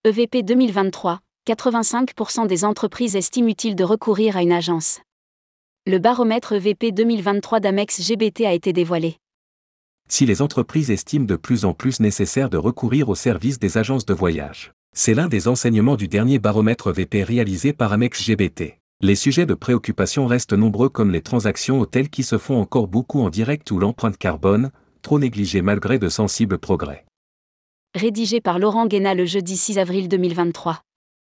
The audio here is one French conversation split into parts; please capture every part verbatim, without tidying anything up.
E V P deux mille vingt-trois, quatre-vingt-cinq pour cent des entreprises estiment utile de recourir à une agence. Le baromètre E V P deux mille vingt-trois d'Amex G B T a été dévoilé. Si les entreprises estiment de plus en plus nécessaire de recourir au service des agences de voyage. C'est l'un des enseignements du dernier baromètre E V P réalisé par Amex G B T. Les sujets de préoccupation restent nombreux comme les transactions hôtels qui se font encore beaucoup en direct ou l'empreinte carbone, trop négligée malgré de sensibles progrès. Rédigé par Laurent Guéna le jeudi six avril deux mille vingt-trois.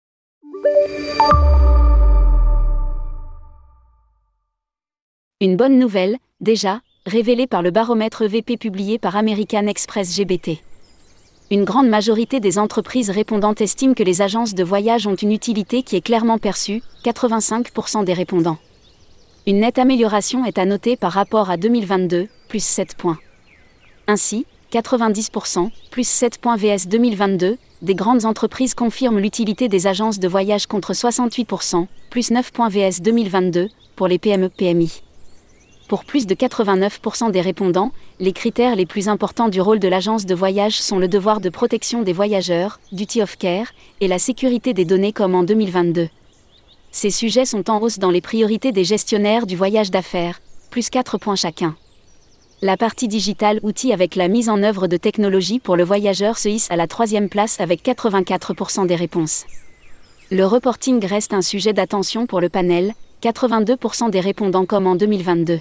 Une bonne nouvelle, déjà, révélée par le baromètre E V P publié par American Express G B T. Une grande majorité des entreprises répondantes estiment que les agences de voyage ont une utilité qui est clairement perçue, quatre-vingt-cinq pour cent des répondants. Une nette amélioration est à noter par rapport à deux mille vingt-deux, plus sept points. Ainsi, quatre-vingt-dix pour cent, plus sept points vs deux mille vingt-deux, des grandes entreprises confirment l'utilité des agences de voyage contre soixante-huit pour cent, plus neuf points vs deux mille vingt-deux, pour les P M E P M I. Pour plus de quatre-vingt-neuf pour cent des répondants, les critères les plus importants du rôle de l'agence de voyage sont le devoir de protection des voyageurs, duty of care, et la sécurité des données comme en deux mille vingt-deux. Ces sujets sont en hausse dans les priorités des gestionnaires du voyage d'affaires, plus quatre points chacun. La partie digitale outil avec la mise en œuvre de technologies pour le voyageur se hisse à la troisième place avec quatre-vingt-quatre pour cent des réponses. Le reporting reste un sujet d'attention pour le panel, quatre-vingt-deux pour cent des répondants comme en deux mille vingt-deux.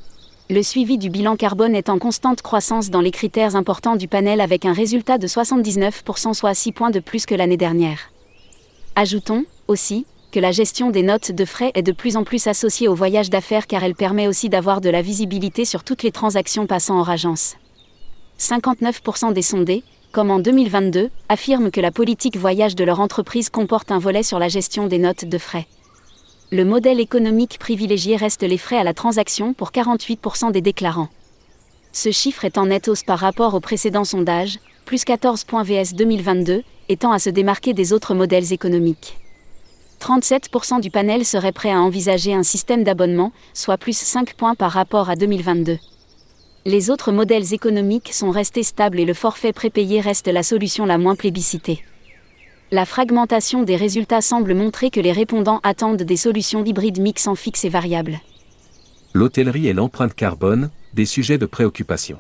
Le suivi du bilan carbone est en constante croissance dans les critères importants du panel avec un résultat de soixante-dix-neuf pour cent soit six points de plus que l'année dernière. Ajoutons, aussi, que la gestion des notes de frais est de plus en plus associée au voyage d'affaires car elle permet aussi d'avoir de la visibilité sur toutes les transactions passant hors agence. cinquante-neuf pour cent des sondés, comme en deux mille vingt-deux, affirment que la politique voyage de leur entreprise comporte un volet sur la gestion des notes de frais. Le modèle économique privilégié reste les frais à la transaction pour quarante-huit pour cent des déclarants. Ce chiffre est en nette hausse par rapport au précédent sondage, plus quatorze points vs deux mille vingt-deux, étant à se démarquer des autres modèles économiques. trente-sept pour cent du panel serait prêt à envisager un système d'abonnement, soit plus cinq points par rapport à deux mille vingt-deux. Les autres modèles économiques sont restés stables et le forfait prépayé reste la solution la moins plébiscitée. La fragmentation des résultats semble montrer que les répondants attendent des solutions hybrides mixant fixe et variable. L'hôtellerie et l'empreinte carbone, des sujets de préoccupation.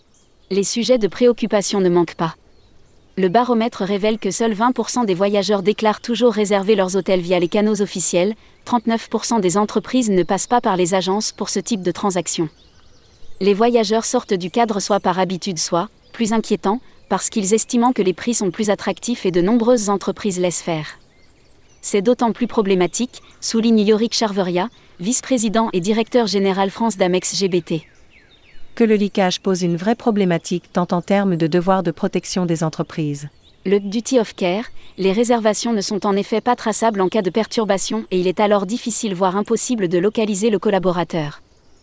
Les sujets de préoccupation ne manquent pas. Le baromètre révèle que seuls vingt pour cent des voyageurs déclarent toujours réserver leurs hôtels via les canaux officiels, trente-neuf pour cent des entreprises ne passent pas par les agences pour ce type de transaction. Les voyageurs sortent du cadre soit par habitude soit, plus inquiétant, parce qu'ils estiment que les prix sont plus attractifs et de nombreuses entreprises laissent faire. C'est d'autant plus problématique, souligne Yorick Charveria, vice-président et directeur général France d'Amex G B T. Que le leakage pose une vraie problématique tant en termes de devoir de protection des entreprises. Le duty of care, les réservations ne sont en effet pas traçables en cas de perturbation et il est alors difficile voire impossible de localiser le collaborateur.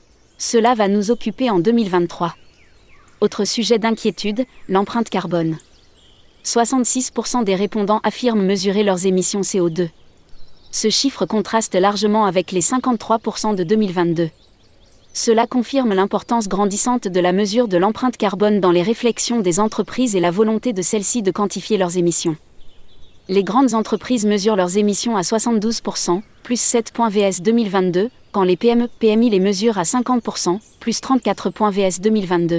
Cela va nous occuper en deux mille vingt-trois. Autre sujet d'inquiétude, l'empreinte carbone. soixante-six pour cent des répondants affirment mesurer leurs émissions C O deux. Ce chiffre contraste largement avec les cinquante-trois pour cent de deux mille vingt-deux. Cela confirme l'importance grandissante de la mesure de l'empreinte carbone dans les réflexions des entreprises et la volonté de celles-ci de quantifier leurs émissions. Les grandes entreprises mesurent leurs émissions à soixante-douze pour cent, plus sept points vs deux mille vingt-deux, quand les P M E P M I les mesurent à cinquante pour cent, plus trente-quatre points vs deux mille vingt-deux.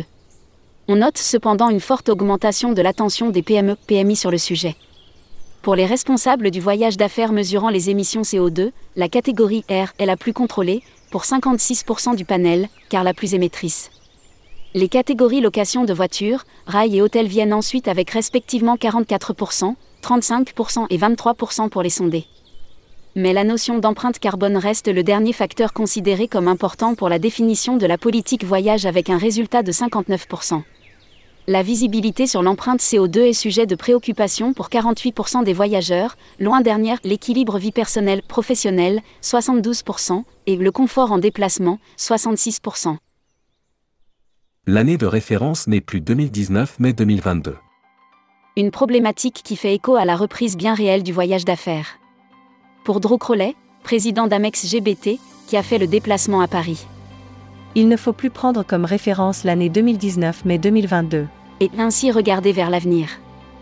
On note cependant une forte augmentation de l'attention des P M E P M I sur le sujet. Pour les responsables du voyage d'affaires mesurant les émissions C O deux, la catégorie R est la plus contrôlée, pour cinquante-six pour cent du panel, car la plus émettrice. Les catégories location de voitures, rail et hôtels viennent ensuite avec respectivement quarante-quatre pour cent, trente-cinq pour cent et vingt-trois pour cent pour les sondés. Mais la notion d'empreinte carbone reste le dernier facteur considéré comme important pour la définition de la politique voyage avec un résultat de cinquante-neuf pour cent. La visibilité sur l'empreinte C O deux est sujet de préoccupation pour quarante-huit pour cent des voyageurs, loin derrière l'équilibre vie personnelle-professionnelle, soixante-douze pour cent, et le confort en déplacement, soixante-six pour cent. L'année de référence n'est plus deux mille dix-neuf mais deux mille vingt-deux. Une problématique qui fait écho à la reprise bien réelle du voyage d'affaires. Pour Drew Crowley, président d'Amex G B T, qui a fait le déplacement à Paris. Il ne faut plus prendre comme référence l'année deux mille dix-neuf mais deux mille vingt-deux. Et ainsi regarder vers l'avenir.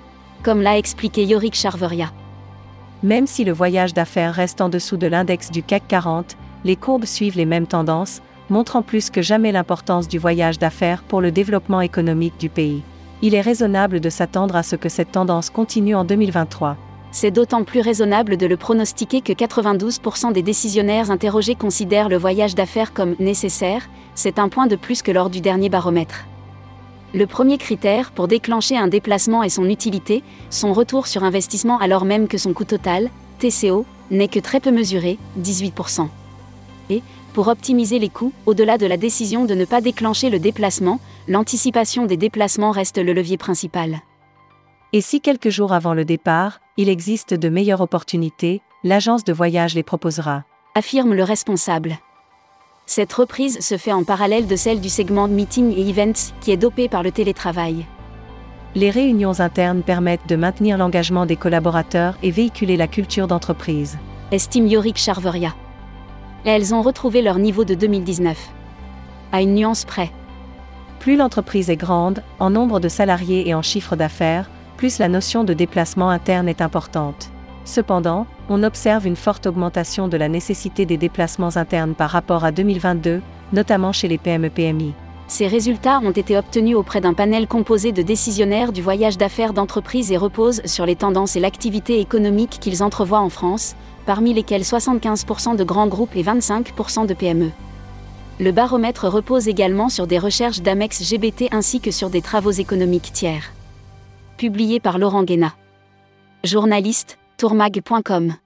comme l'a expliqué Yorick Charveria. Même si le voyage d'affaires reste en dessous de l'index du C A C quarante, les courbes suivent les mêmes tendances, montrant plus que jamais l'importance du voyage d'affaires pour le développement économique du pays. Il est raisonnable de s'attendre à ce que cette tendance continue en deux mille vingt-trois. C'est d'autant plus raisonnable de le pronostiquer que quatre-vingt-douze pour cent des décisionnaires interrogés considèrent le voyage d'affaires comme nécessaire, c'est un point de plus que lors du dernier baromètre. Le premier critère pour déclencher un déplacement est son utilité, son retour sur investissement alors même que son coût total, T C O, n'est que très peu mesuré, dix-huit pour cent. Et, pour optimiser les coûts, au-delà de la décision de ne pas déclencher le déplacement, l'anticipation des déplacements reste le levier principal. Et si quelques jours avant le départ, il existe de meilleures opportunités, l'agence de voyage les proposera, affirme le responsable. Cette reprise se fait en parallèle de celle du segment Meeting et Events, qui est dopé par le télétravail. Les réunions internes permettent de maintenir l'engagement des collaborateurs et véhiculer la culture d'entreprise, estime Yorick Charveria. Et elles ont retrouvé leur niveau de deux mille dix-neuf. À une nuance près. Plus l'entreprise est grande, en nombre de salariés et en chiffre d'affaires, plus la notion de déplacement interne est importante. Cependant, on observe une forte augmentation de la nécessité des déplacements internes par rapport à deux mille vingt-deux, notamment chez les P M E P M I. Ces résultats ont été obtenus auprès d'un panel composé de décisionnaires du voyage d'affaires d'entreprise et reposent sur les tendances et l'activité économique qu'ils entrevoient en France, parmi lesquels soixante-quinze pour cent de grands groupes et vingt-cinq pour cent de P M E. Le baromètre repose également sur des recherches d'Amex G B T ainsi que sur des travaux économiques tiers. Publié par Laurent Guéna. Journaliste, tourmag point com.